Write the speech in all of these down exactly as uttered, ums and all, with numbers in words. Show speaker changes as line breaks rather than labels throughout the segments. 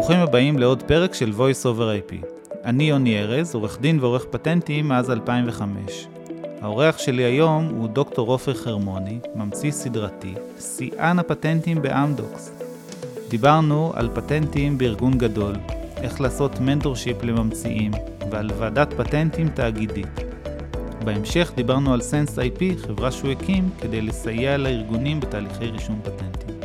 ברוכים הבאים לעוד פרק של Voice over איי פי. אני יוני ארז, עורך דין ועורך פטנטים מאז אלפיים וחמש. האורח שלי היום הוא דוקטור עופר חרמוני, ממציא סדרתי, שיאן הפטנטים באמדוקס. דיברנו על פטנטים בארגון גדול, איך לעשות מנטורשיפ לממציאים, ועל ועדת פטנטים תאגידית. בהמשך דיברנו על סנס איי פי, חברה שהוא הקים כדי לסייע לארגונים בתהליכי רישום פטנטים.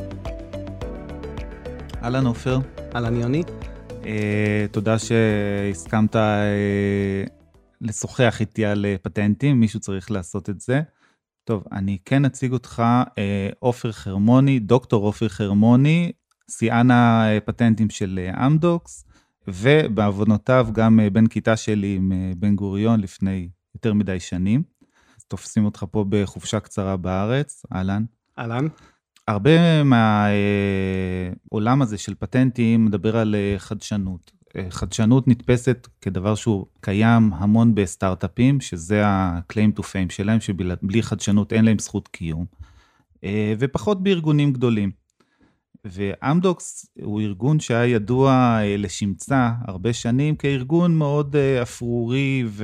אהלן עופר.
אהלן יוני.
Uh, תודה שהסכמת uh, לשוחח איתי על uh, פטנטים, מישהו צריך לעשות את זה. טוב, אני כן אציג אותך, עופר uh, חרמוני, דוקטור עופר חרמוני, שיאן הפטנטים של uh, אמדוקס, ובעוונותיו גם uh, בן כיתה שלי עם uh, בן גוריון לפני יותר מדי שנים. אז תופסים אותך פה בחופשה קצרה בארץ, אהלן.
אהלן.
הרבה מהעולם הזה של פטנטים מדבר על חדשנות. חדשנות נתפסת כדבר שהוא קיים המון בסטארט-אפים, שזה ה-claim to fame שלהם, שבלי חדשנות אין להם זכות קיום, ופחות בארגונים גדולים. ואמדוקס הוא ארגון שהיה ידוע לשמצה הרבה שנים, כארגון מאוד אפרורי ו...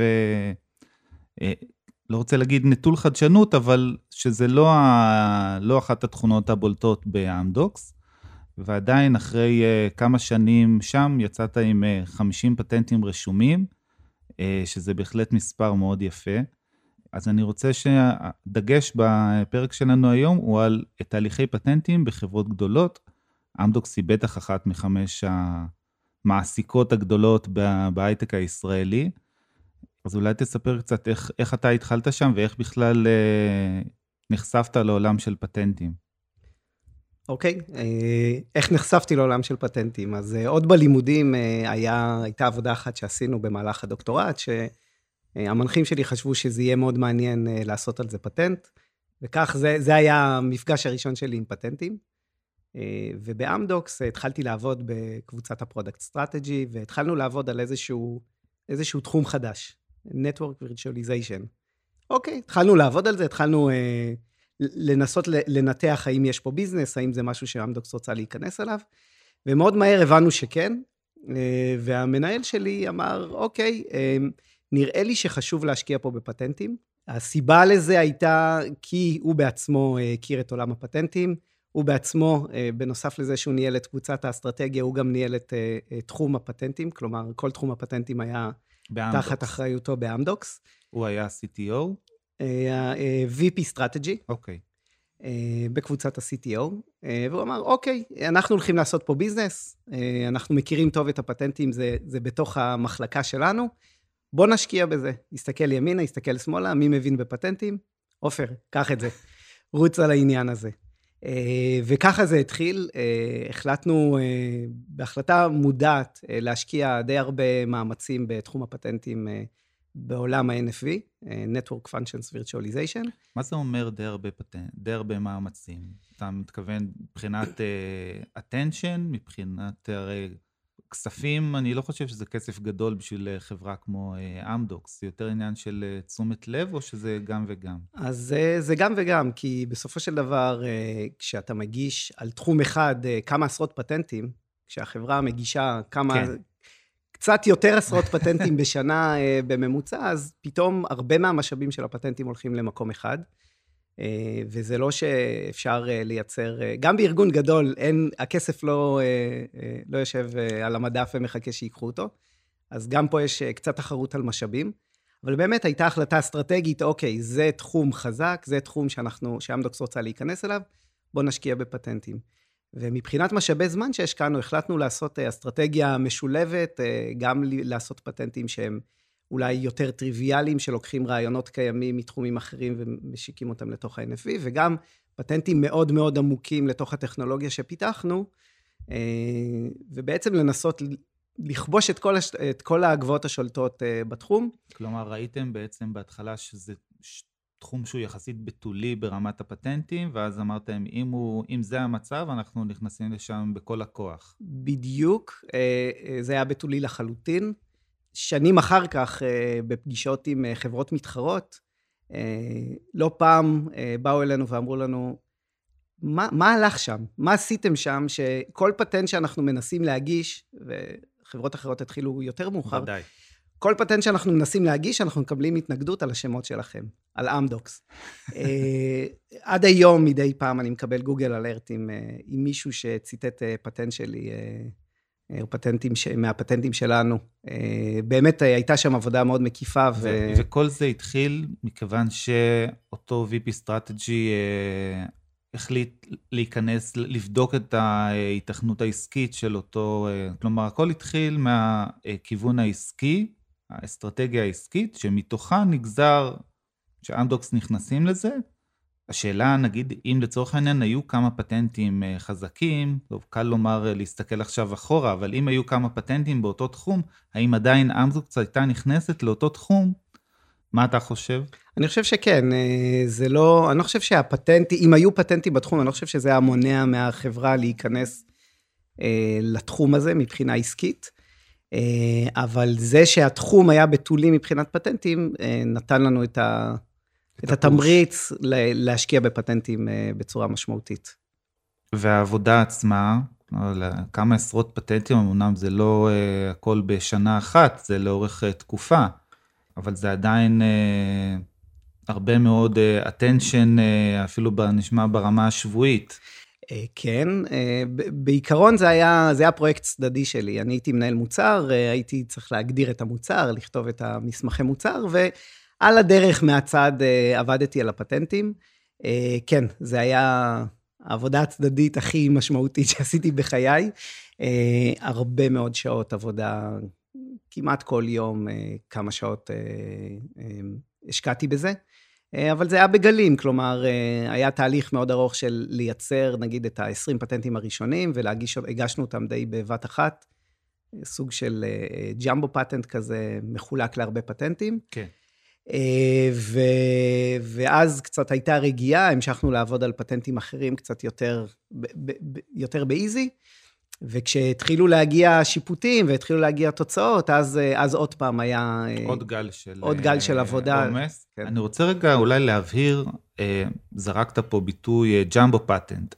לא רוצה להגיד נטול חדשנות, אבל שזה לא, ה... לא אחת התכונות הבולטות באמדוקס, ועדיין אחרי uh, כמה שנים שם יצאת עם uh, חמישים פטנטים רשומים, uh, שזה בהחלט מספר מאוד יפה. אז אני רוצה שהדגש בפרק שלנו היום הוא על תהליכי פטנטים בחברות גדולות. אמדוקס היא בטח אחת מחמש המעסיקות הגדולות בהייטק הישראלי, אז אולי תספר קצת איך, איך אתה התחלת שם, ואיך בכלל אה, נחשפת לעולם של פטנטים.
אוקיי, אה, איך נחשפתי לעולם של פטנטים? אז אה, עוד בלימודים אה, היה, הייתה עבודה אחת שעשינו במהלך הדוקטורט, שהמנחים שלי חשבו שזה יהיה מאוד מעניין אה, לעשות על זה פטנט, וכך זה, זה היה המפגש הראשון שלי עם פטנטים, אה, ובאמדוקס אה, התחלתי לעבוד בקבוצת הפרודקט סטרטג'י, והתחלנו לעבוד על איזשהו, איזשהו תחום חדש. Network Virtualization. אוקיי, התחלנו לעבוד על זה, התחלנו אה, לנסות לנתח האם יש פה ביזנס, האם זה משהו שאמדוקס רוצה להיכנס אליו, ומאוד מהר הבנו שכן, אה, והמנהל שלי אמר, אוקיי, אה, נראה לי שחשוב להשקיע פה בפטנטים. הסיבה לזה הייתה כי הוא בעצמו אה, הכיר את עולם הפטנטים, הוא בעצמו, אה, בנוסף לזה שהוא ניהל את קבוצת האסטרטגיה, הוא גם ניהל את אה, תחום הפטנטים, כלומר, כל תחום הפטנטים היה באמדוקס. תחת אחריותו באמדוקס.
הוא היה סי טי או?
וי פי Strategy.
אוקיי.
בקבוצת ה-סי טי או. והוא אמר, אוקיי, אנחנו הולכים לעשות פה ביזנס, אנחנו מכירים טוב את הפטנטים, זה, זה בתוך המחלקה שלנו, בוא נשקיע בזה. הסתכל ימינה, הסתכל שמאלה, מי מבין בפטנטים? עופר, קח את זה. רוץ על העניין הזה. וככה זה התחיל, החלטנו בהחלטה מודעת להשקיע די הרבה מאמצים בתחום הפטנטים בעולם ה-אן אף וי, Network Functions Virtualization.
מה זה אומר די הרבה פטנט, די הרבה מאמצים? אתה מתכוון מבחינת attention, מבחינת הרי כספים, אני לא חושב שזה כסף גדול בשביל חברה כמו אמדוקס, זה יותר עניין של תשומת לב, או שזה גם וגם?
אז זה, זה גם וגם, כי בסופו של דבר, כשאתה מגיש על תחום אחד כמה עשרות פטנטים, כשהחברה מגישה כמה, כן. קצת יותר עשרות פטנטים בשנה בממוצע, אז פתאום הרבה מהמשאבים של הפטנטים הולכים למקום אחד, וזה לא שאפשר לייצר, גם בארגון גדול, אין, הכסף לא, לא יושב על המדף ומחכה שיקחו אותו, אז גם פה יש קצת תחרות על משאבים, אבל באמת הייתה החלטה אסטרטגית, אוקיי, זה תחום חזק, זה תחום שאנחנו, שאמדוקס רוצה להיכנס אליו, בוא נשקיע בפטנטים. ומבחינת משאבי זמן שהשקענו, החלטנו לעשות אסטרטגיה משולבת, גם לעשות פטנטים שהם אולי יותר טריוויאליים, שלוקחים רעיונות קיימים מתחומים אחרים ומשיקים אותם לתוך ה-אן אף וי, וגם פטנטים מאוד מאוד עמוקים לתוך הטכנולוגיה שפיתחנו, ובעצם לנסות לכבוש את כל, הש... את כל הגבוהות השולטות בתחום.
כלומר, ראיתם בעצם בהתחלה שזה תחום שהוא יחסית בתולי ברמת הפטנטים, ואז אמרתם, אם, הוא, אם זה המצב, אנחנו נכנסים לשם בכל הכוח.
בדיוק, זה היה בתולי לחלוטין. שנים אחר כך, בפגישות עם חברות מתחרות, לא פעם באו אלינו ואמרו לנו, מה, מה הלך שם? מה עשיתם שם שכל פטנט שאנחנו מנסים להגיש, וחברות אחרות התחילו יותר מאוחר,
ודאי.
כל פטנט שאנחנו מנסים להגיש, אנחנו מקבלים התנגדות על השמות שלכם, על אמדוקס. עד היום, מדי פעם, אני מקבל גוגל אלרט עם, עם מישהו שציטט פטנט שלי, או פטנטים ש... מהפטנטים שלנו. באמת הייתה שם עבודה מאוד מקיפה. ו...
ו... וכל זה התחיל מכיוון שאותו וי פי Strategy החליט להיכנס, לבדוק את ההיתכנות העסקית של אותו, כלומר, הכל התחיל מהכיוון העסקי, האסטרטגיה העסקית, שמתוכה נגזר שאמדוקס נכנסים לזה. השאלה, נגיד, אם לצורך העניין היו כמה פטנטים חזקים, טוב, קל לומר להסתכל עכשיו אחורה, אבל אם היו כמה פטנטים באותו תחום, האם עדיין אמדוקס הייתה נכנסת לאותו תחום? מה אתה חושב?
אני חושב שכן, זה לא, אני לא חושב שהפטנטים, אם היו פטנטים בתחום, אני לא חושב שזה היה מונע מהחברה להיכנס אה, לתחום הזה מבחינה עסקית, אה, אבל זה שהתחום היה בתולים מבחינת פטנטים, אה, נתן לנו את, ה, את, את התמריץ להשקיע בפטנטים אה, בצורה משמעותית.
והעבודה עצמה, כמה עשרות פטנטים, אמנם זה לא אה, הכל בשנה אחת, זה לאורך אה, תקופה, אבל זה עדיין אה, הרבה מאוד אה, attention, אה, אפילו נשמע ברמה השבועית.
אה, כן, אה, בעיקרון זה היה, זה היה פרויקט צדדי שלי. אני הייתי מנהל מוצר, אה, הייתי צריך להגדיר את המוצר, לכתוב את המסמכי מוצר, ועל הדרך מהצד אה, עבדתי על הפטנטים. אה, כן, זה היה העבודה הצדדית הכי משמעותית שעשיתי בחיי. אה, הרבה מאוד שעות עבודה, כמעט כל יום כמה שעות השקעתי בזה, אבל זה היה בגלים, כלומר, היה תהליך מאוד ארוך של לייצר, נגיד, את ה-עשרים פטנטים הראשונים, והגשנו אותם די בבת אחת, סוג של ג'מבו פטנט כזה, מחולק להרבה פטנטים.
כן.
ו... ואז קצת הייתה רגיעה, המשכנו לעבוד על פטנטים אחרים, קצת יותר, ב... ב... יותר באיזי, וכשהתחילו להגיע שיפוטים, והתחילו להגיע תוצאות, אז, אז עוד פעם היה...
עוד גל של...
עוד גל של עבודה.
עומס. כן. אני רוצה רגע אולי להבהיר, זרקת פה ביטוי ג'מבו פטנט,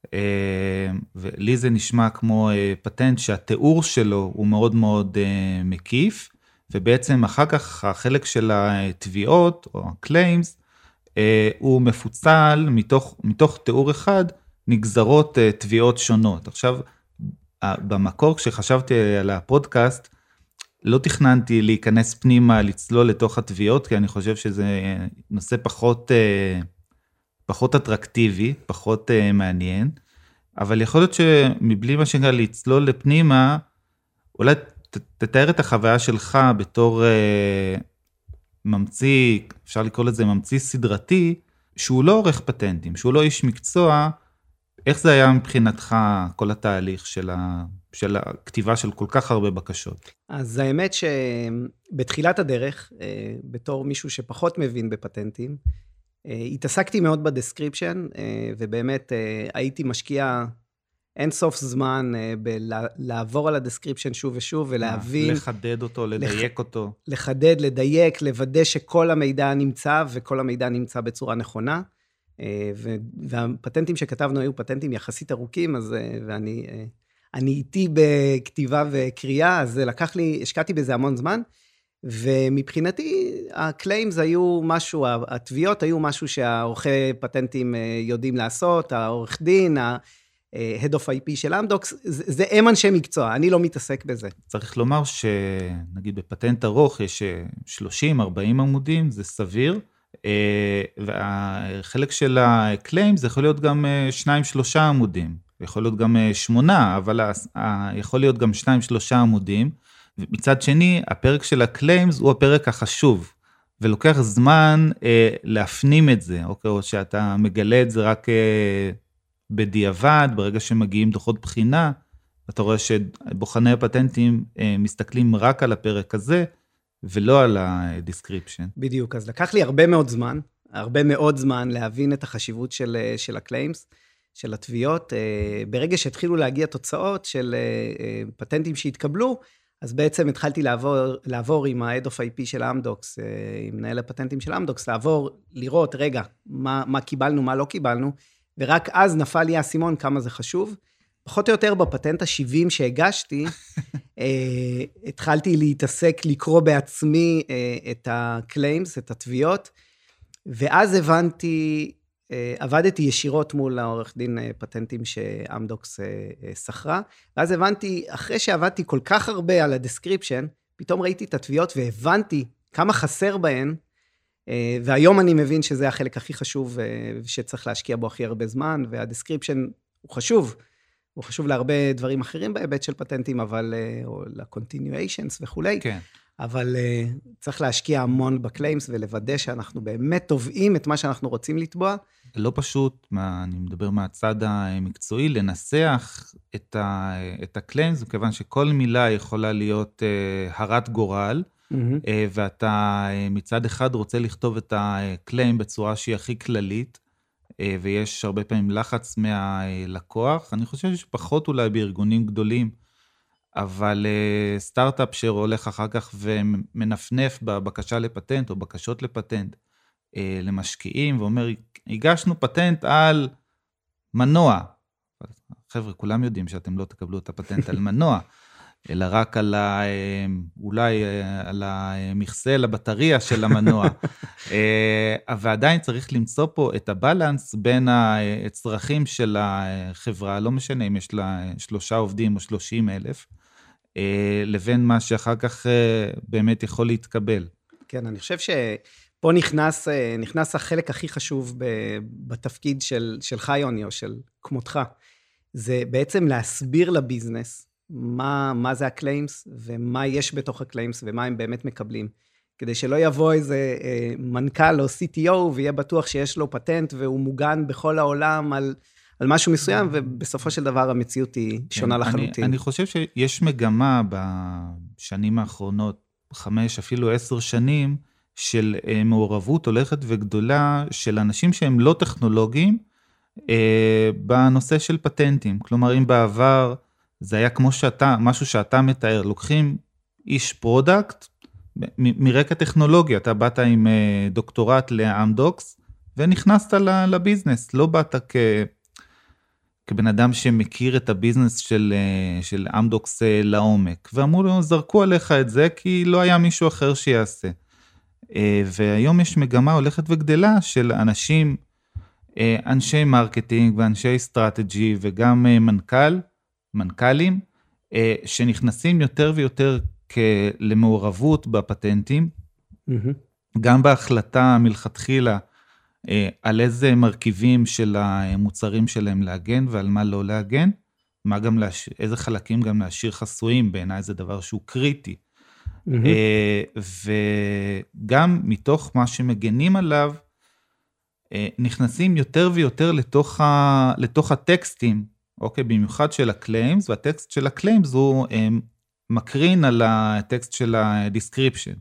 ולי זה נשמע כמו פטנט שהתיאור שלו הוא מאוד מאוד מקיף, ובעצם אחר כך החלק של התביעות, או הקליימס, הוא מפוצל מתוך, מתוך תיאור אחד, נגזרות תביעות שונות. עכשיו, במקור, כשחשבתי על הפודקאסט, לא תכננתי להיכנס פנימה, לצלול לתוך התביעות, כי אני חושב שזה נושא פחות, פחות אטרקטיבי, פחות מעניין, אבל יכול להיות שמבלי מה שנקרא לצלול לפנימה, אולי תתאר את החוויה שלך בתור ממציא, אפשר לקרוא לזה ממציא סדרתי, שהוא לא עורך פטנטים, שהוא לא איש מקצוע, איך זה היה מבחינתך כל התהליך של, ה, של הכתיבה של כל כך הרבה בקשות?
אז האמת שבתחילת הדרך, בתור מישהו שפחות מבין בפטנטים, התעסקתי מאוד בדסקריפשן, ובאמת הייתי משקיע אין סוף זמן לעבור על הדסקריפשן שוב ושוב, ולהבין...
לחדד אותו, לדייק אותו.
לחדד, לדייק, לוודא שכל המידע נמצא, וכל המידע נמצא בצורה נכונה. והפטנטים שכתבנו היו פטנטים יחסית ארוכים, אז, ואני אני איתי בכתיבה וקריאה, אז לקח לי, השקעתי בזה המון זמן, ומבחינתי, הקליימס היו משהו, התביעות היו משהו שהעורכי פטנטים יודעים לעשות, העורך דין, ה-Head of איי פי של אמדוקס, זה, זה הם אנשי מקצוע, אני לא מתעסק בזה.
צריך לומר שנגיד בפטנט ארוך יש שלושים ארבעים עמודים, זה סביר, והחלק של הקליים זה יכול להיות גם שניים שלושה עמודים, יכול להיות גם שמונה, אבל יכול להיות גם שניים שלושה עמודים, ומצד שני הפרק של הקליימס הוא הפרק החשוב, ולוקח זמן להפנים את זה, אוקיי, או שאתה מגלה את זה רק בדיעבד, ברגע שמגיעים דוחות בחינה, אתה רואה שבוחני הפטנטים מסתכלים רק על הפרק הזה, ולא על הדיסקריפשן.
בדיוק, אז לקח לי הרבה מאוד זמן, הרבה מאוד זמן להבין את החשיבות של, של הקליימס, של התביעות. ברגע שהתחילו להגיע תוצאות של פטנטים שהתקבלו, אז בעצם התחלתי לעבור, לעבור עם ה-Head of איי פי של אמדוקס, עם מנהל הפטנטים של אמדוקס, לעבור, לראות, רגע, מה, מה קיבלנו, מה לא קיבלנו, ורק אז נפל לי האסימון כמה זה חשוב. פחות או יותר בפטנט ה-שבעים שהגשתי, התחלתי להתעסק, לקרוא בעצמי את ה-claims, את התביעות, ואז הבנתי, עבדתי ישירות מול העורך דין פטנטים שאמדוקס שכרה, ואז הבנתי, אחרי שעבדתי כל כך הרבה על ה-description, פתאום ראיתי את התביעות והבנתי כמה חסר בהן, והיום אני מבין שזה החלק הכי חשוב, שצריך להשקיע בו הכי הרבה זמן, וה-description הוא חשוב, הוא חשוב להרבה דברים אחרים בהיבט של פטנטים, אבל, או ל-continuations וכולי,
כן.
אבל צריך להשקיע המון בקליימס, ולוודא שאנחנו באמת תובעים את מה שאנחנו רוצים לתבוע.
לא פשוט, מה, אני מדבר מהצד המקצועי, לנסח את, ה, את הקליימס, מכיוון שכל מילה יכולה להיות uh, הרת גורל, mm-hmm. uh, ואתה uh, מצד אחד רוצה לכתוב את הקליימס בצורה שהיא הכי כללית, uh, ויש הרבה פעמים לחץ מהלקוח. אני חושב שפחות אולי בארגונים גדולים, אבל uh, סטארט-אפ שהולך אחר כך ומנפנף בבקשה לפטנט או בקשות לפטנט, uh, למשקיעים, ואומר, הגשנו פטנט על מנוע. חבר'ה, כולם יודעים שאתם לא תקבלו את הפטנט על מנוע, אלא רק על ה, אולי על המכסה, לבטריה של המנוע. ועדיין צריך למצוא פה את הבלנס בין הצרכים של החברה, לא משנה אם יש לה שלושה עובדים או שלושים אלף, לבין מה שאחר כך באמת יכול להתקבל.
כן, אני חושב שפה נכנס, נכנס החלק הכי חשוב בתפקיד של, שלך, יוני, או של כמותך. זה בעצם להסביר לביזנס מה, מה זה הקליימס, ומה יש בתוך הקליימס, ומה הם באמת מקבלים. כדי שלא יבוא איזה מנכ"ל או סי טי או, ויהיה בטוח שיש לו פטנט, והוא מוגן בכל העולם על, על משהו מסוים, ובסופו של דבר המציאות היא שונה לחלוטין.
אני, אני חושב שיש מגמה בשנים האחרונות, חמש, אפילו עשר שנים, של מעורבות הולכת וגדולה, של אנשים שהם לא טכנולוגיים, בנושא של פטנטים. כלומר, אם בעבר זה היה כמו שאתה, משהו שאתה מתאר, לוקחים איש פרודקט, מ- מרקע טכנולוגיה, אתה באת עם דוקטורט לאמדוקס, ונכנסת לביזנס, לא באת כ... כבן אדם שמכיר את הביזנס של, של אמדוקס לעומק, ואמרו לו, זרקו עליך את זה, כי לא היה מישהו אחר שיעשה. והיום יש מגמה הולכת וגדלה של אנשים, אנשי מרקטינג ואנשי סטרטג'י, וגם מנכ"ל, מנכ"לים, שנכנסים יותר ויותר למעורבות בפטנטים, mm-hmm. גם בהחלטה מלכתחילה, על איזה מרכיבים של המוצרים שלהם להגן, ועל מה לא להגן, מה גם להש... איזה חלקים גם להשאיר חסויים, בעיניי זה דבר שהוא קריטי. Mm-hmm. וגם מתוך מה שמגנים עליו, נכנסים יותר ויותר לתוך, ה... לתוך הטקסטים, אוקיי, במיוחד של הקליימס, והטקסט של הקליימס הוא מקרין על הטקסט של הדיסקריפשן.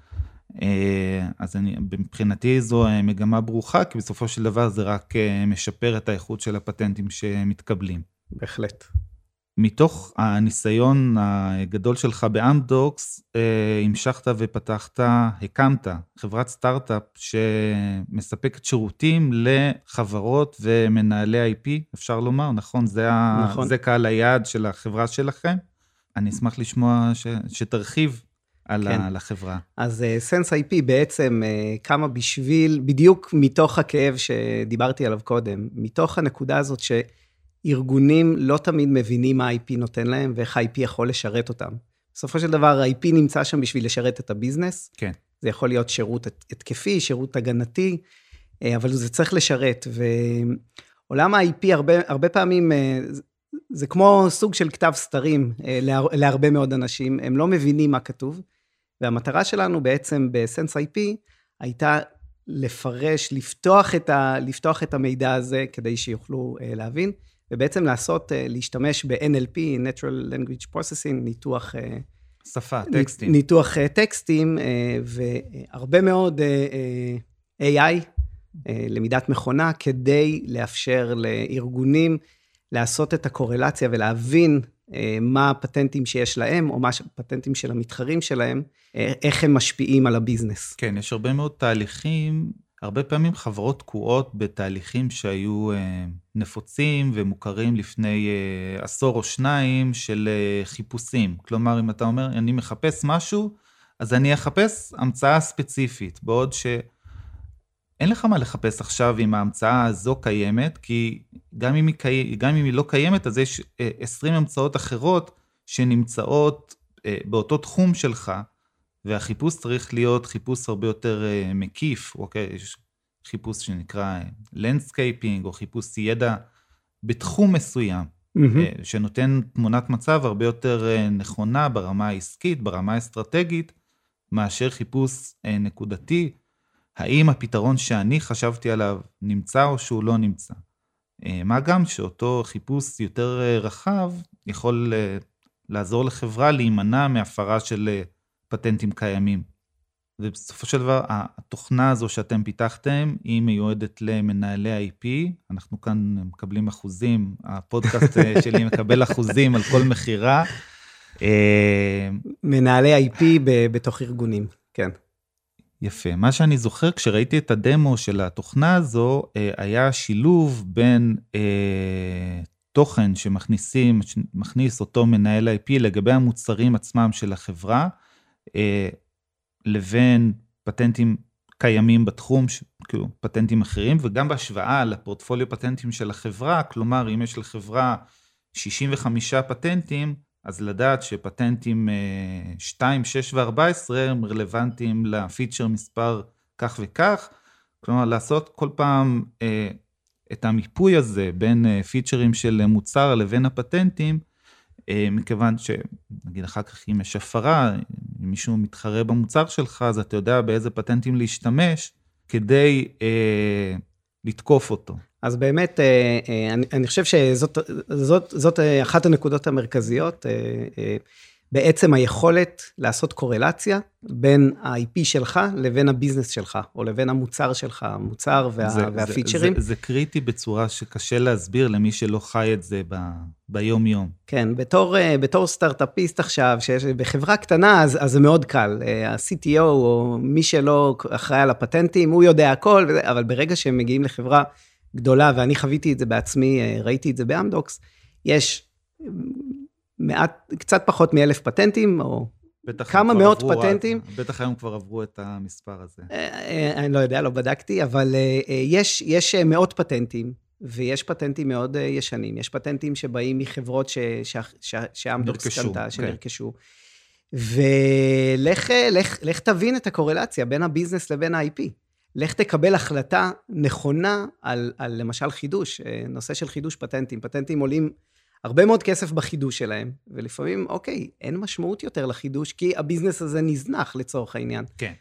אז אני, מבחינתי זו מגמה ברוכה, כי בסופו של דבר זה רק משפר את האיכות של הפטנטים שמתקבלים.
בהחלט.
מתוך הניסיון הגדול שלך באמדוקס, המשכת ופתחת, הקמת חברת סטארט-אפ שמספקת שירותים לחברות ומנהלי איי פי, אפשר לומר, נכון? זה, נכון. זה קהל היעד של החברה שלכם. אני אשמח לשמוע ש, שתרחיב על כן. החברה.
אז סנס איי פי בעצם קמה בשביל, בדיוק מתוך הכאב שדיברתי עליו קודם, מתוך הנקודה הזאת שארגונים לא תמיד מבינים מה איי פי נותן להם, ואיך איי פי יכול לשרת אותם. בסופו של דבר, איי פי נמצא שם בשביל לשרת את הביזנס.
כן.
זה יכול להיות שירות התקפי, שירות הגנתי, אבל זה צריך לשרת. ועולם ה-איי פי הרבה, הרבה פעמים, זה כמו סוג של כתב סתרים להרבה מאוד אנשים, הם לא מבינים מה כתוב, והמטרה שלנו בעצם בסנס איי פי, הייתה לפרש, לפתוח את, ה, לפתוח את המידע הזה, כדי שיוכלו להבין, ובעצם לעשות, להשתמש ב-אן אל פי, Natural Language Processing, ניתוח...
שפה, טקסטים.
ניתוח טקסטים, והרבה מאוד איי איי, למידת מכונה, כדי לאפשר לארגונים, לעשות את הקורלציה ולהבין מה הפטנטים שיש להם, או מה הפטנטים של המתחרים שלהם, איך הם משפיעים על הביזנס.
כן, יש הרבה מאוד תהליכים, הרבה פעמים חברות תקועות בתהליכים שהיו אה, נפוצים ומוכרים לפני אה, עשור או שניים של אה, חיפושים. כלומר, אם אתה אומר, אני מחפש משהו, אז אני אחפש המצאה ספציפית, בעוד שאין לך מה לחפש עכשיו אם ההמצאה הזו קיימת, כי גם אם היא, קי... גם אם היא לא קיימת, אז יש אה, עשרים המצאות אחרות שנמצאות אה, באותו תחום שלך, והחיפוש צריך להיות חיפוש הרבה יותר uh, מקיף, אוקיי? יש חיפוש שנקרא landscaping, או חיפוש ידע בתחום מסוים, mm-hmm. uh, שנותן תמונת מצב הרבה יותר uh, נכונה ברמה העסקית, ברמה האסטרטגית, מאשר חיפוש uh, נקודתי, האם הפתרון שאני חשבתי עליו נמצא או שהוא לא נמצא. Uh, מה גם שאותו חיפוש יותר uh, רחב, יכול uh, לעזור לחברה להימנע מהפרה של... Uh, פטנטים קיימים. ובסופו של דבר, התוכנה הזו שאתם פיתחתם, היא מיועדת למנהלי איי פי, אנחנו כאן מקבלים אחוזים, הפודקאסט שלי מקבל אחוזים על כל מחירה.
מנהלי איי פי בתוך ארגונים, כן.
יפה. מה שאני זוכר, כשראיתי את הדמו של התוכנה הזו, היה שילוב בין תוכן שמכניסים, שמכניס אותו מנהל איי פי לגבי המוצרים עצמם של החברה, לבין פטנטים קיימים בתחום, כאילו פטנטים אחרים, וגם בהשוואה לפורטפוליו פטנטים של החברה, כלומר, אם יש לחברה שישים וחמישה פטנטים, אז לדעת שפטנטים שתיים, שש ו-ארבע עשרה הם רלוונטיים לפיצ'ר מספר כך וכך, כלומר, לעשות כל פעם את המיפוי הזה בין פיצ'רים של מוצר לבין הפטנטים, מכיוון שנגיד אחר כך אם יש הפרה, אם מישהו מתחרה במוצר שלך, אז אתה יודע באיזה פטנטים להשתמש, כדי אה, לתקוף אותו.
אז באמת, אה, אה, אני, אני חושב שזאת זאת, זאת אחת הנקודות המרכזיות, אה, אה, בעצם היכולת לעשות קורלציה בין ה-איי פי שלך לבין הביזנס שלך, או לבין המוצר שלך, המוצר וה,
זה,
והפיצ'רים.
זה, זה, זה קריטי בצורה שקשה להסביר למי שלא חי את זה ב, ביום יום.
כן, בתור, בתור סטארט-אפיסט עכשיו, שיש בחברה קטנה, אז, אז זה מאוד קל. ה-סי טי או או מי שלא אחראי על הפטנטים, הוא יודע הכל, אבל ברגע שהם מגיעים לחברה גדולה, ואני חוויתי את זה בעצמי, ראיתי את זה באמדוקס, יש מעט, קצת פחות מאלף פטנטים, או כמה מאות פטנטים.
בטח היום כבר עברו את המספר הזה.
אני לא יודע, לא בדקתי, אבל יש, יש מאות פטנטים, ויש פטנטים מאוד ישנים. יש פטנטים שבאים מחברות שאמדוקס קנתה, שנרכשו. ולך לך, לך תבין את הקורלציה בין הביזנס לבין ה-איי פי. לך תקבל החלטה נכונה על, על למשל חידוש, נושא של חידוש פטנטים. פטנטים עולים הרבה מאוד כסף בחידוש שלהם, ולפעמים, אוקיי, אין משמעות יותר לחידוש, כי הביזנס הזה נזנח לצורך העניין.
כן.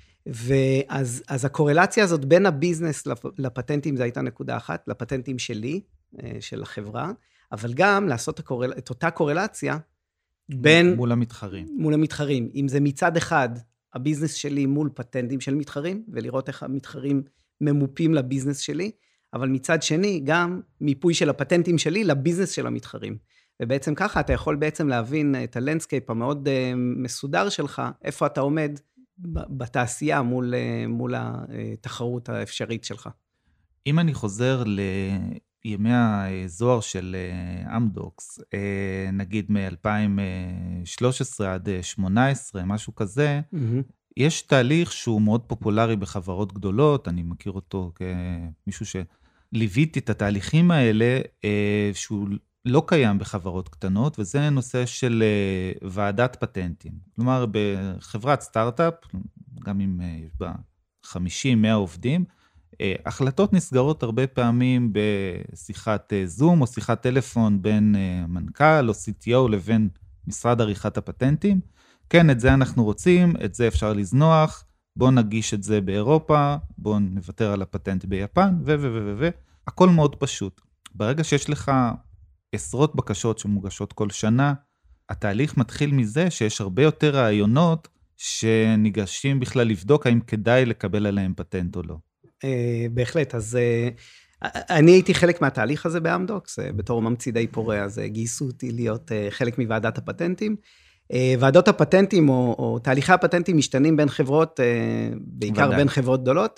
ואז, אז הקורלציה הזאת בין הביזנס לפטנטים, זה הייתה נקודה אחת, לפטנטים שלי, של החברה, אבל גם לעשות הקורל... את אותה קורלציה בין...
מול המתחרים.
מול המתחרים. אם זה מצד אחד, הביזנס שלי מול פטנטים של מתחרים, ולראות איך המתחרים ממופים לביזנס שלי, אבל מצד שני, גם מיפוי של הפטנטים שלי לביזנס של המתחרים. ובעצם ככה, אתה יכול בעצם להבין את הלנדסקייפ המאוד מסודר שלך, איפה אתה עומד בתעשייה מול, מול התחרות האפשרית שלך.
אם אני חוזר לימי הזוהר של אמדוקס, נגיד מ-אלפיים ושלוש עשרה עד שמונה עשרה, משהו כזה, mm-hmm. יש תהליך שהוא מאוד פופולרי בחברות גדולות, אני מכיר אותו כמישהו שליוויתי את התהליכים האלה, שהוא לא קיים בחברות קטנות, וזה נושא של ועדת פטנטים. כלומר, בחברת סטארט-אפ, גם אם יש בה חמישים מאה עובדים, החלטות נסגרות הרבה פעמים בשיחת זום, או שיחת טלפון בין מנכ"ל או סי טי או לבין משרד עריכת הפטנטים. כן, את זה אנחנו רוצים, את זה אפשר לזנוח, בואו נגיש את זה באירופה, בואו נוותר על הפטנט ביפן, ו ו ו ו הכל מאוד פשוט. ברגע שיש לך עשרות בקשות שמוגשות כל שנה, התהליך מתחיל מזה שיש הרבה יותר רעיונות שניגשים בכלל לבדוק האם כדאי לקבל עליהם פטנט או לא.
בהחלט, אז אני הייתי חלק מהתהליך הזה באמדוקס, בתור ממציא די פורה, אז גייסו אותי להיות חלק מוועדת הפטנטים. ועדות הפטנטים או, או תהליכי הפטנטים משתנים בין חברות, בעיקר ודאי. בין חברות גדולות.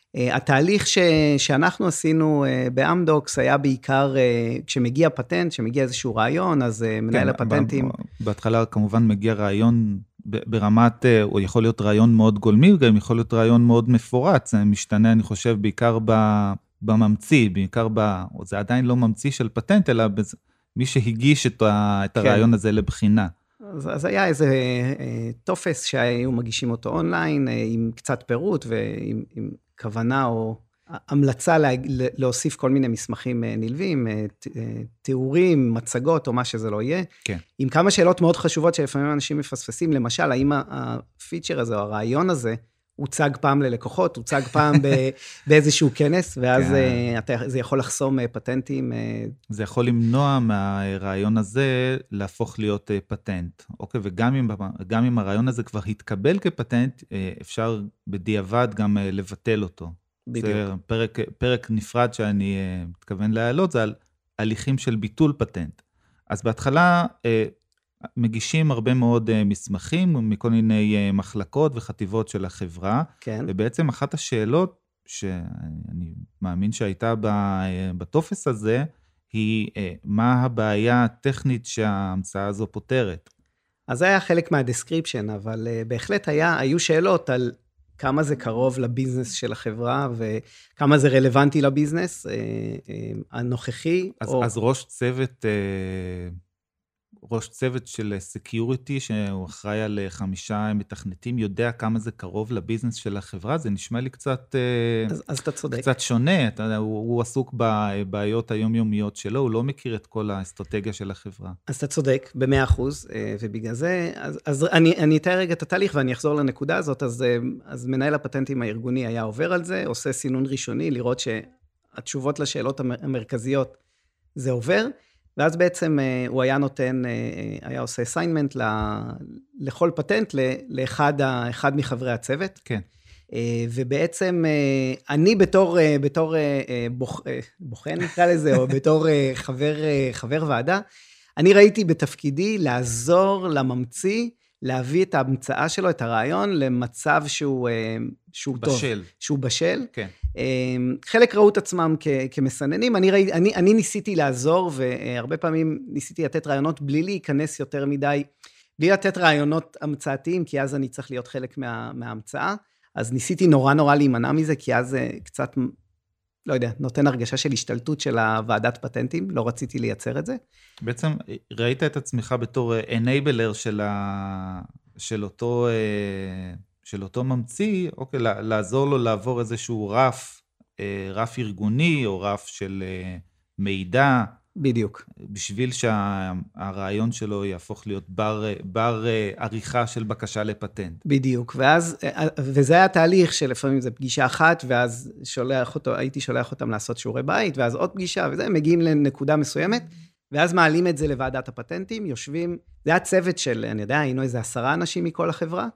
התהליך ש, שאנחנו עשינו באמדוקס היה בעיקר, כשמגיע פטנט, כשמגיע איזשהו רעיון, אז מנהל כן, הפטנטים...
בהתחלה כמובן מגיע רעיון ברמת, או יכול להיות רעיון מאוד גולמי, גם יכול להיות רעיון מאוד מפורט, זה משתנה, אני חושב, בעיקר בממציא, בעיקר ב... זה עדיין לא ממציא של פטנט, אלא מי שהגיש את, ה, את הרעיון כן. הזה לבחינה.
אז, אז היה איזה טופס שהיו מגישים אותו אונליין, עם קצת פירוט ועם עם כוונה או המלצה לה, להוסיף כל מיני מסמכים נלווים, תיאורים, מצגות או מה שזה לא יהיה.
כן.
עם כמה שאלות מאוד חשובות שלפעמים אנשים מפספסים, למשל, האם הפיצ'ר הזה או הרעיון הזה, הוצג פעם ללקוחות, הוצג פעם באיזשהו כנס, ואז זה יכול לחסום פטנטים.
זה יכול למנוע מהרעיון הזה להפוך להיות פטנט. אוקיי, וגם אם, גם אם הרעיון הזה כבר התקבל כפטנט, אפשר בדיעבד גם לבטל אותו. בדיוק. זה פרק, פרק נפרד שאני מתכוון להעלות, זה על הליכים של ביטול פטנט. אז בהתחלה... מגישים הרבה מאוד מסמכים מכל מיני מחלקות וחטיבות של החברה,
כן.
ובעצם אחת השאלות שאני מאמין שהייתה בטופס הזה, היא מה הבעיה הטכנית שההמצאה הזו פותרת.
אז זה היה חלק מהדסקריפשן, אבל בהחלט היה, היו שאלות על כמה זה קרוב לביזנס של החברה, וכמה זה רלוונטי לביזנס הנוכחי.
אז,
או...
אז ראש צוות... ראש צוות של סקיוריטי, שהוא אחראי על חמישה מתכנתים, יודע כמה זה קרוב לביזנס של החברה, זה נשמע לי קצת,
אז, אז אתה צודק.
קצת שונה, אתה, הוא, הוא עסוק בבעיות היומיומיות שלו, הוא לא מכיר את כל האסטרטגיה של החברה.
אז אתה צודק, במאה אחוז, ובגלל זה, אז, אז אני, אני אתאר רגע את התהליך, ואני אחזור לנקודה הזאת, אז, אז מנהל הפטנטים הארגוני היה עובר על זה, עושה סינון ראשוני, לראות שהתשובות לשאלות המרכזיות זה עובר, ואז בעצם הוא היה נותן, היה עושה אסיינמנט לכל פטנט, לאחד אחד מחברי הצוות.
כן.
ובעצם אני בתור, בתור בוח, בוחן נקרא לזה, או בתור חבר, חבר ועדה, אני ראיתי בתפקידי לעזור לממציא, להביא את ההמצאה שלו, את הרעיון, למצב שהוא, שהוא טוב.
בשל.
שהוא בשל.
כן.
חלק ראו את עצמם כ- כמסננים, אני, ראי, אני, אני ניסיתי לעזור, והרבה פעמים ניסיתי לתת רעיונות בלי להיכנס יותר מדי, בלי לתת רעיונות המצאתיים, כי אז אני צריך להיות חלק מה, מההמצאה, אז ניסיתי נורא נורא להימנע מזה, כי אז זה קצת, לא יודע, נותן הרגשה של השתלטות של הוועדת פטנטים, לא רציתי לייצר את זה.
בעצם ראית את עצמך בתור enabler של, ה... של, אותו, של אותו ממציא, אוקיי, לעזור לו לעבור איזשהו רף, רף ארגוני או רף של מידע.
בדיוק.
בשביל שהרעיון שלו יהפוך להיות בר, בר עריכה של בקשה לפטנט.
בדיוק, ואז, וזה היה תהליך שלפעמים זה פגישה אחת, ואז שולח אותו, הייתי שולח אותם לעשות שיעורי בית, ואז עוד פגישה, וזה, מגיעים לנקודה מסוימת, ואז מעלים את זה לוועדת הפטנטים, יושבים, זה היה צוות של, אני יודע, היינו איזה עשרה אנשים מכל החברה,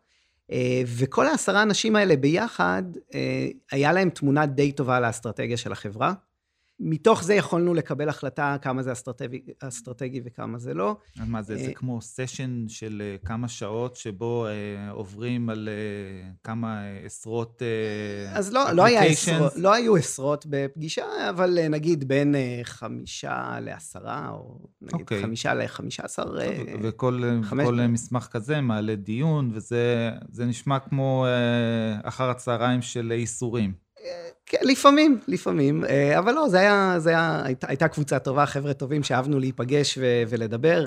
וכל העשרה אנשים האלה ביחד, היה להם תמונה די טובה על האסטרטגיה של החברה, מתוך זה יכולנו לקבל החלטה כמה זה אסטרטגי, אסטרטגי וכמה זה לא.
אז מה זה? זה כמו סשן של כמה שעות שבו אה, עוברים על אה, כמה עשרות אה,
אז לא, לא, היה עשרות, לא היו עשרות בפגישה, אבל אה, נגיד בין אה, חמישה לעשרה, או נגיד okay. חמישה לחמישה עשר. אה,
וכל כל מסמך כזה מעלה דיון, וזה זה נשמע כמו אה, אחר הצהריים של איסורים.
כן, לפעמים, לפעמים, אבל לא, זה היה, זה היה, הייתה, הייתה קבוצה טובה, חבר'ה טובים שאהבנו להיפגש ו- ולדבר,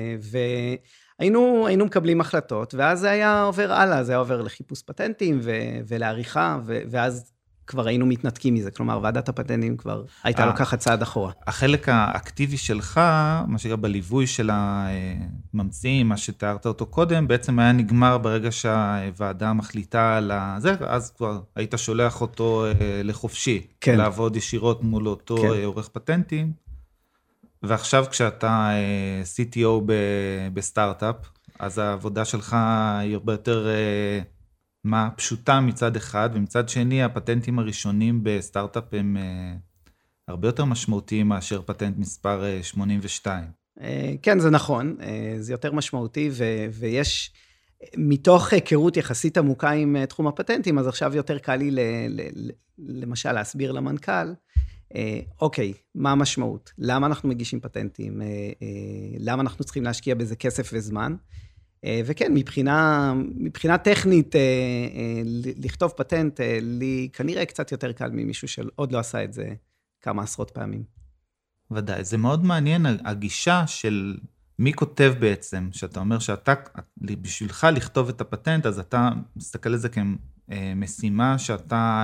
והיינו, היינו מקבלים החלטות, ואז זה היה עובר הלאה, זה היה עובר לחיפוש פטנטים ו- ולעריכה, ו- ואז כבר היינו מתנתקים מזה, כלומר, ועדת הפטנטים כבר הייתה לוקחת צעד אחורה.
החלק האקטיבי שלך, מה שקרה בליווי של הממציאים, מה שתיארת אותו קודם, בעצם היה נגמר ברגע שהוועדה מחליטה על זה, אז כבר היית שולח אותו לחופשי, כן. לעבוד ישירות מול אותו כן. עורך פטנטים, ועכשיו כשאתה סי טי או בסטארט-אפ, אז העבודה שלך היא הרבה יותר... מה פשוטה מצד אחד, ומצד שני, הפטנטים הראשונים בסטארט-אפ הם uh, הרבה יותר משמעותיים מאשר פטנט מספר שמונים ושתיים.
כן, זה נכון, זה יותר משמעותי, ו- ויש, מתוך היכרות יחסית עמוקה עם תחום הפטנטים, אז עכשיו יותר קל לי ל, ל, למשל להסביר למנכ"ל, אוקיי, מה המשמעות? למה אנחנו מגישים פטנטים? למה אנחנו צריכים להשקיע בזה כסף וזמן? וכן, מבחינה, מבחינה טכנית, לכתוב פטנט, לי כנראה קצת יותר קל ממישהו שעוד לא עשה את זה כמה עשרות פעמים.
ודאי, זה מאוד מעניין, הגישה של מי כותב בעצם, שאתה אומר שאתה, בשבילך לכתוב את הפטנט, אז אתה מסתכל על זה כמשימה שאתה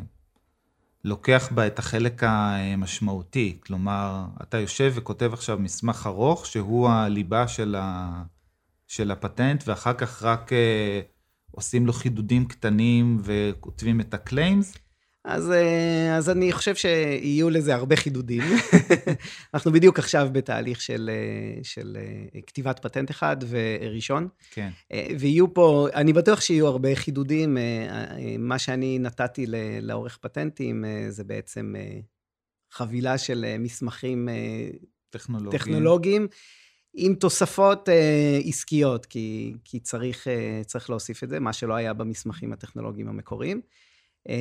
לוקח בה את החלק המשמעותי, כלומר, אתה יושב וכותב עכשיו מסמך ארוך, שהוא הליבה של ה... של הפטנט, ואחר כך רק אה, עושים לו חידודים קטנים וכותבים את הקליימס?
אז, אז אני חושב שיהיו לזה הרבה חידודים. אנחנו בדיוק עכשיו בתהליך של, של כתיבת פטנט אחד וראשון.
כן.
ויהיו פה, אני בטוח שיהיו הרבה חידודים. מה שאני נתתי לעורך פטנטים, זה בעצם חבילה של מסמכים טכנולוגיים. טכנולוגיים. עם תוספות אה, עסקיות, כי, כי צריך, אה, צריך להוסיף את זה, מה שלא היה במסמכים הטכנולוגיים המקוריים. אה,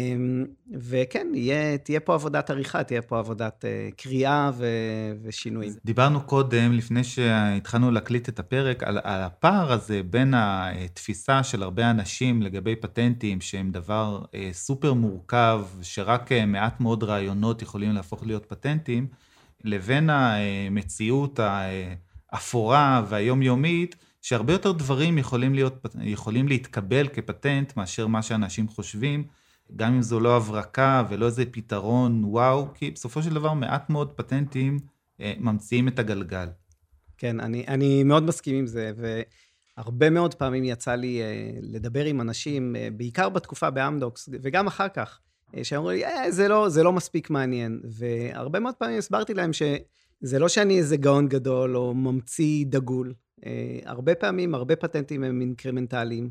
וכן, יהיה, תהיה פה עבודת עריכה, תהיה פה עבודת אה, קריאה ו, ושינויים.
דיברנו קודם, לפני שהתחלנו להקליט את הפרק, על, על הפער הזה בין התפיסה של הרבה אנשים לגבי פטנטים, שהם דבר אה, סופר מורכב, שרק אה, מעט מאוד רעיונות יכולים להפוך להיות פטנטים, לבין המציאות האפורה והיומיומית, שהרבה יותר דברים יכולים להיות, יכולים להתקבל כפטנט, מאשר מה שאנשים חושבים, גם אם זו לא הברקה ולא איזה פתרון, וואו, כי בסופו של דבר מעט מאוד פטנטים ממציאים את הגלגל.
כן, אני, אני מאוד מסכים עם זה, והרבה מאוד פעמים יצא לי לדבר עם אנשים, בעיקר בתקופה באמדוקס, וגם אחר כך, שאמרו לי, אה, זה לא, זה לא מספיק מעניין, והרבה מאוד פעמים הסברתי להם שזה לא שאני איזה גאון גדול או ממציא דגול, הרבה פעמים, הרבה פטנטים הם אינקרמנטליים,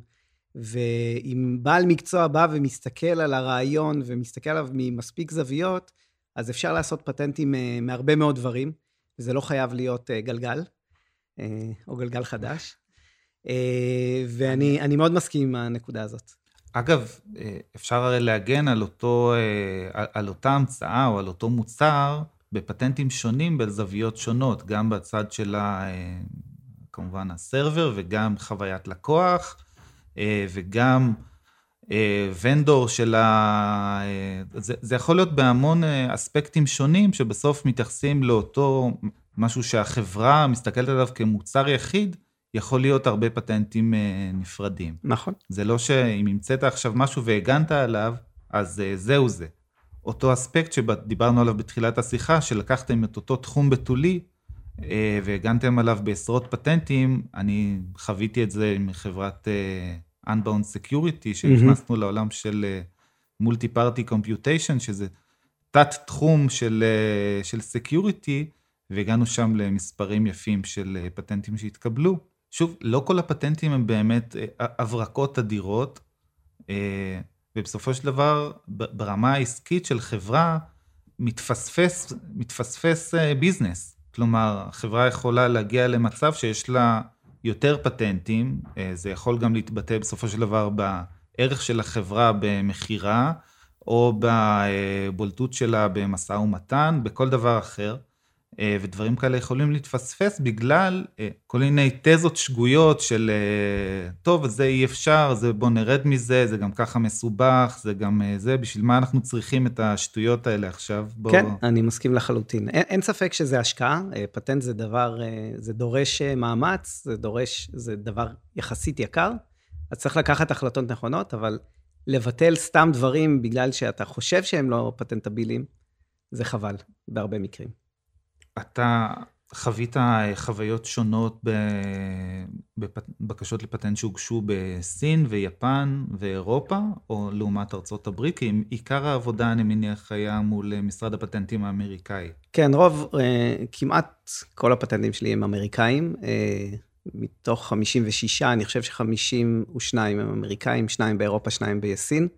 ואם בעל מקצוע בא ומסתכל על הרעיון ומסתכל עליו ממספיק זוויות, אז אפשר לעשות פטנטים מהרבה מאוד דברים, וזה לא חייב להיות גלגל, או גלגל חדש, ואני אני מאוד מסכים עם הנקודה הזאת.
אגב, אפשר הרי להגן על אותו, על אותה המצאה או על אותו מוצר בפטנטים שונים בזוויות שונות, גם בצד של כמובן הסרבר וגם חוויית לקוח וגם ונדור של ה... זה, זה יכול להיות בהמון אספקטים שונים שבסוף מתייחסים לאותו משהו שהחברה מסתכלת עליו כמוצר יחיד, יכול להיות הרבה פטנטים נפרדים.
נכון.
זה לא שאם המצאת עכשיו משהו והגנת עליו, אז זהו זה. אותו אספקט שדיברנו עליו בתחילת השיחה, שלקחתם את אותו תחום בתולי, והגנתם עליו בעשרות פטנטים, אני חוויתי את זה עם חברת Unbound Security, שנכנסנו לעולם של Multi-Party Computation, שזה תת תחום של, של Security, והגענו שם למספרים יפים של פטנטים שהתקבלו. שוב, לא כל הפטנטים הם באמת הברקות אדירות, ובסופו של דבר, ברמה העסקית של חברה, מתפספס, מתפספס ביזנס. כלומר, החברה יכולה להגיע למצב שיש לה יותר פטנטים, זה יכול גם להתבטא בסופו של דבר בערך של החברה במחירה, או בבולטות שלה במשא ומתן, בכל דבר אחר. ודברים כאלה יכולים להתפספס בגלל כל מיני תזות שגויות של טוב, זה אי אפשר, זה בוא נרד מזה, זה גם ככה מסובך, זה גם זה, בשביל מה אנחנו צריכים את השטויות האלה עכשיו? בוא...
כן, אני מסכים לחלוטין. אין, אין ספק שזה השקעה, פטנט זה דבר, זה דורש מאמץ, זה דורש, זה דבר יחסית יקר, אז צריך לקחת החלטות נכונות, אבל לבטל סתם דברים בגלל שאתה חושב שהם לא פטנטבילים, זה חבל בהרבה מקרים.
אתה חווית חוויות שונות בבקשות לפטנט שהוגשו בסין ויפן ואירופה, או לעומת ארצות הברית? כי עיקר העבודה, אני מניח, היה מול משרד הפטנטים האמריקאי.
כן, רוב, כמעט כל הפטנטים שלי הם אמריקאים. מתוך חמישים ושישה, אני חושב ש-חמישים ושניים הם אמריקאים, שניים באירופה, שניים בסין.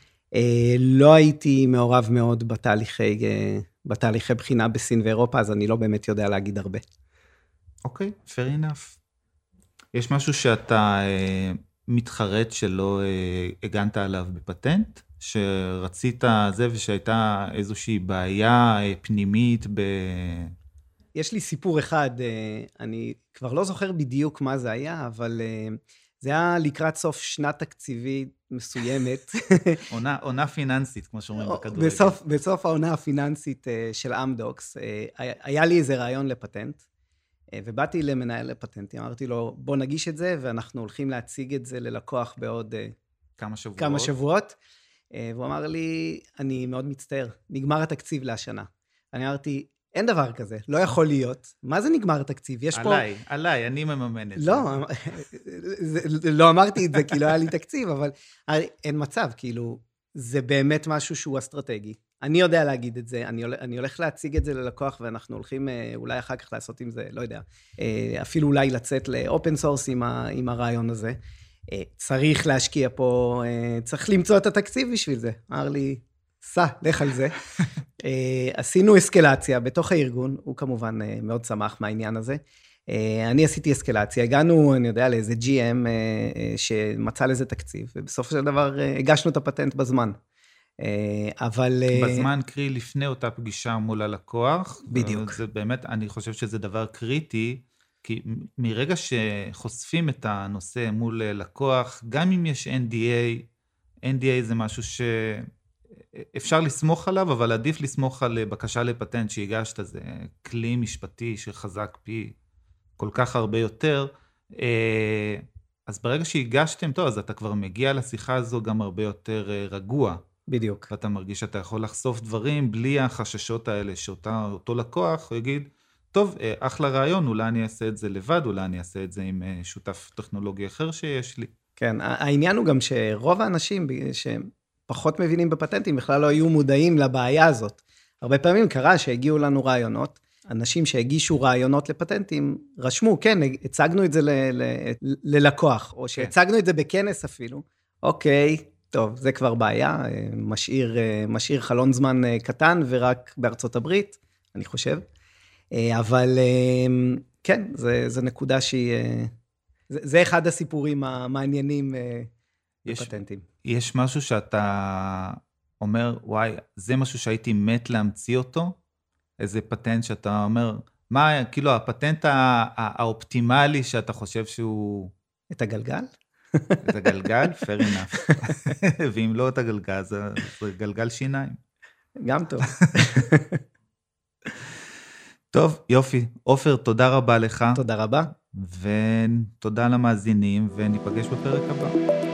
לא הייתי מעורב מאוד בתהליכי... בתהליכי בחינה בסין ואירופה, אז אני לא באמת יודע להגיד הרבה.
אוקיי, fair enough. יש משהו שאתה אה, מתחרט שלא אה, הגנת עליו בפטנט? שרצית זה ושהייתה איזושהי בעיה אה, פנימית ב...
יש לי סיפור אחד, אה, אני כבר לא זוכר בדיוק מה זה היה, אבל אה, זה היה לקראת סוף שנת תקציבית מסוימת.
עונה, עונה פיננסית, כמו שאומרים בכדורגל.
בסוף, בסוף העונה הפיננסית אה, של אמדוקס, אה, היה היה לי איזה רעיון לפטנט, אה, ובאתי למנהל לפטנטים, אמרתי לו, בוא נגיש את זה, ואנחנו הולכים להציג את זה ללקוח בעוד אה,
כמה שבועות.
כמה שבועות. אה, והוא אמר לי, אני מאוד מצטער, נגמר התקציב להשנה. אני אמרתי, אין דבר כזה, לא יכול להיות. מה זה נגמר התקציב? יש פה...
עליי, עליי, אני מממן את זה.
לא, זה- לא אמרתי את זה כי לא היה לי תקציב, אבל אין מצב, כאילו, זה באמת משהו שהוא אסטרטגי. אני יודע להגיד את זה, אני הולך, אני הולך להציג את זה ללקוח, ואנחנו הולכים אה, אולי אחר כך לעשות עם זה, לא יודע, אה, אפילו אולי לצאת לאופן סורס עם, ה, עם הרעיון הזה. אה, צריך להשקיע פה, אה, צריך למצוא את התקציב בשביל זה. אמר לי, סע, לך על זה. אה, עשינו אסקלציה בתוך הארגון, הוא כמובן אה, מאוד שמח מהעניין הזה. אה, אני עשיתי אסקלציה, הגענו, אני יודע, לאיזה ג'י אם אה, אה, שמצא לזה תקציב, ובסופו של דבר אה, הגשנו את הפטנט בזמן. אה, אבל... אה,
בזמן קרי לפני אותה פגישה מול הלקוח.
בדיוק.
זה באמת, אני חושב שזה דבר קריטי, כי מרגע שחושפים את הנושא מול לקוח, גם אם יש אן די איי, אן די איי זה משהו שאפשר לסמוך עליו, אבל עדיף לסמוך על בקשה לפטנט שהגשת, זה כלי משפטי שחזק פי כל כך הרבה יותר. אז ברגע שהגשתם, טוב, אז אתה כבר מגיע לשיחה הזו גם הרבה יותר רגוע.
בדיוק.
ואתה מרגיש שאתה יכול לחשוף דברים בלי החששות האלה, שאותו לקוח הוא יגיד, טוב, אחלה רעיון, אולי אני אעשה את זה לבד, אולי אני אעשה את זה עם שותף טכנולוגי אחר שיש לי.
כן, העניין הוא גם שרוב האנשים שפחות מבינים בפטנטים, בכלל לא היו מודעים לבעיה הזאת. הרבה פעמים קרה שהגיעו לנו רעיונות, אנשים שהגישו רעיונות לפטנטים, רשמו, כן, הצגנו את זה ל- ל- ללקוח, או שהצגנו את זה בכנס אפילו. אוקיי, טוב, זה כבר בעיה, משאיר, משאיר חלון זמן קטן, ורק בארצות הברית, אני חושב. אבל כן, זה, זה נקודה שהיא, זה, זה אחד הסיפורים המעניינים
יש,
בפטנטים.
יש משהו שאתה אומר, וואי, זה משהו שהייתי מת להמציא אותו? איזה פטנט שאתה אומר, מה, כאילו, הפטנט האופטימלי שאתה חושב שהוא...
את הגלגל?
את הגלגל? fair enough. ואם לא את הגלגל, זה, זה גלגל שיניים.
גם טוב.
טוב, יופי. עופר, תודה רבה לך.
תודה רבה.
ותודה למאזינים, וניפגש בפרק הבא.